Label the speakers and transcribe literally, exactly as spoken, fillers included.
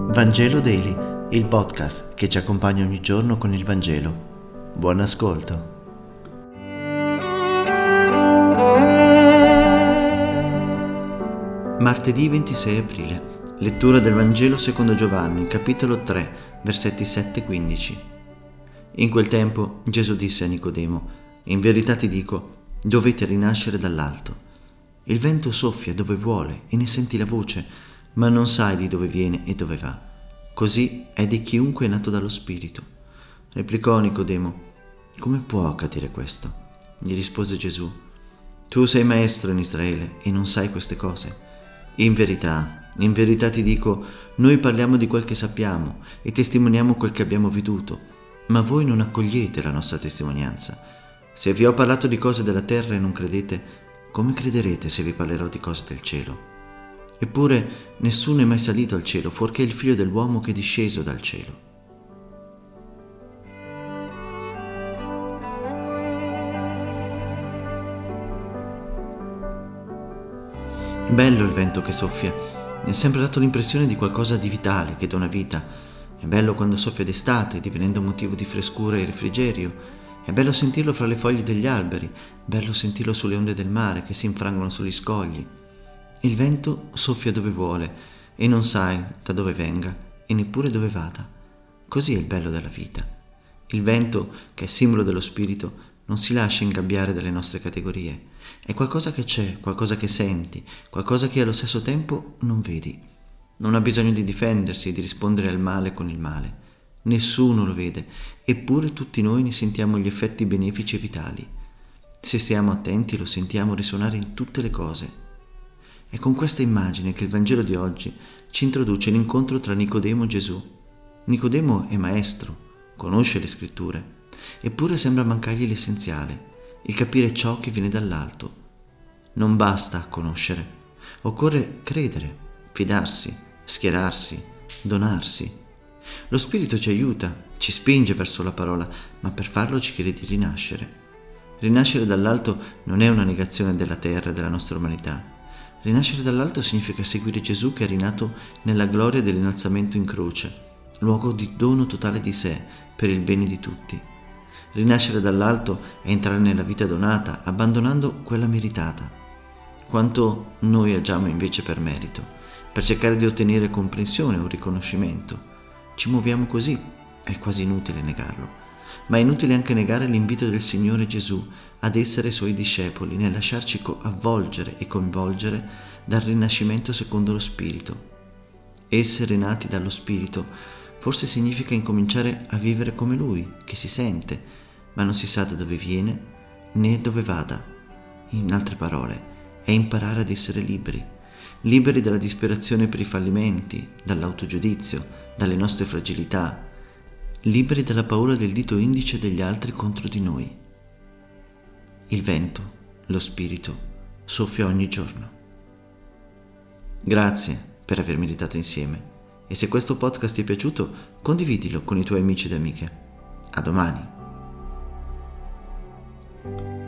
Speaker 1: Vangelo Daily, il podcast che ci accompagna ogni giorno con il Vangelo. Buon ascolto. Martedì ventisei aprile. Lettura del Vangelo secondo Giovanni, capitolo tre, versetti sette quindici. In quel tempo Gesù disse a Nicodemo: In verità ti dico, dovete rinascere dall'alto. Il vento soffia dove vuole e ne senti la voce, ma non sai di dove viene e dove va. Così è di chiunque è nato dallo Spirito. Replicò Nicodemo: Come può accadere questo? Gli rispose Gesù: Tu sei maestro in Israele e non sai queste cose? In verità, in verità ti dico, noi parliamo di quel che sappiamo e testimoniamo quel che abbiamo veduto, ma voi non accogliete la nostra testimonianza. Se vi ho parlato di cose della terra e non credete, come crederete se vi parlerò di cose del cielo? Eppure nessuno è mai salito al cielo, fuorché il Figlio dell'uomo che è disceso dal cielo. Bello il vento che soffia, mi ha sempre dato l'impressione di qualcosa di vitale che dona vita. È bello quando soffia d'estate, divenendo motivo di frescura e refrigerio. È bello sentirlo fra le foglie degli alberi, bello sentirlo sulle onde del mare che si infrangono sugli scogli. Il vento soffia dove vuole e non sai da dove venga e neppure dove vada. Così è il bello della vita. Il vento, che è simbolo dello spirito, non si lascia ingabbiare dalle nostre categorie. È qualcosa che c'è, qualcosa che senti, qualcosa che allo stesso tempo non vedi. Non ha bisogno di difendersi e di rispondere al male con il male. Nessuno lo vede, eppure tutti noi ne sentiamo gli effetti benefici e vitali. Se stiamo attenti lo sentiamo risuonare in tutte le cose. È con questa immagine che il Vangelo di oggi ci introduce l'incontro tra Nicodemo e Gesù. Nicodemo è maestro, conosce le scritture, eppure sembra mancargli l'essenziale, il capire ciò che viene dall'alto. Non basta conoscere, occorre credere, fidarsi, schierarsi, donarsi. Lo Spirito ci aiuta, ci spinge verso la parola, ma per farlo ci chiede di rinascere. Rinascere dall'alto non è una negazione della terra e della nostra umanità. Rinascere dall'alto significa seguire Gesù che è rinato nella gloria dell'innalzamento in croce, luogo di dono totale di sé per il bene di tutti. Rinascere dall'alto è entrare nella vita donata, abbandonando quella meritata. Quanto noi agiamo invece per merito, per cercare di ottenere comprensione o riconoscimento. Ci muoviamo così, è quasi inutile negarlo. Ma è inutile anche negare l'invito del Signore Gesù ad essere Suoi discepoli nel lasciarci avvolgere e coinvolgere dal rinascimento secondo lo Spirito. Essere nati dallo Spirito forse significa incominciare a vivere come Lui, che si sente, ma non si sa da dove viene né dove vada. In altre parole, è imparare ad essere liberi, liberi dalla disperazione per i fallimenti, dall'autogiudizio, dalle nostre fragilità, liberi dalla paura del dito indice degli altri contro di noi. Il vento, lo spirito, soffia ogni giorno. Grazie per aver meditato insieme e se questo podcast ti è piaciuto, condividilo con i tuoi amici ed amiche. A domani.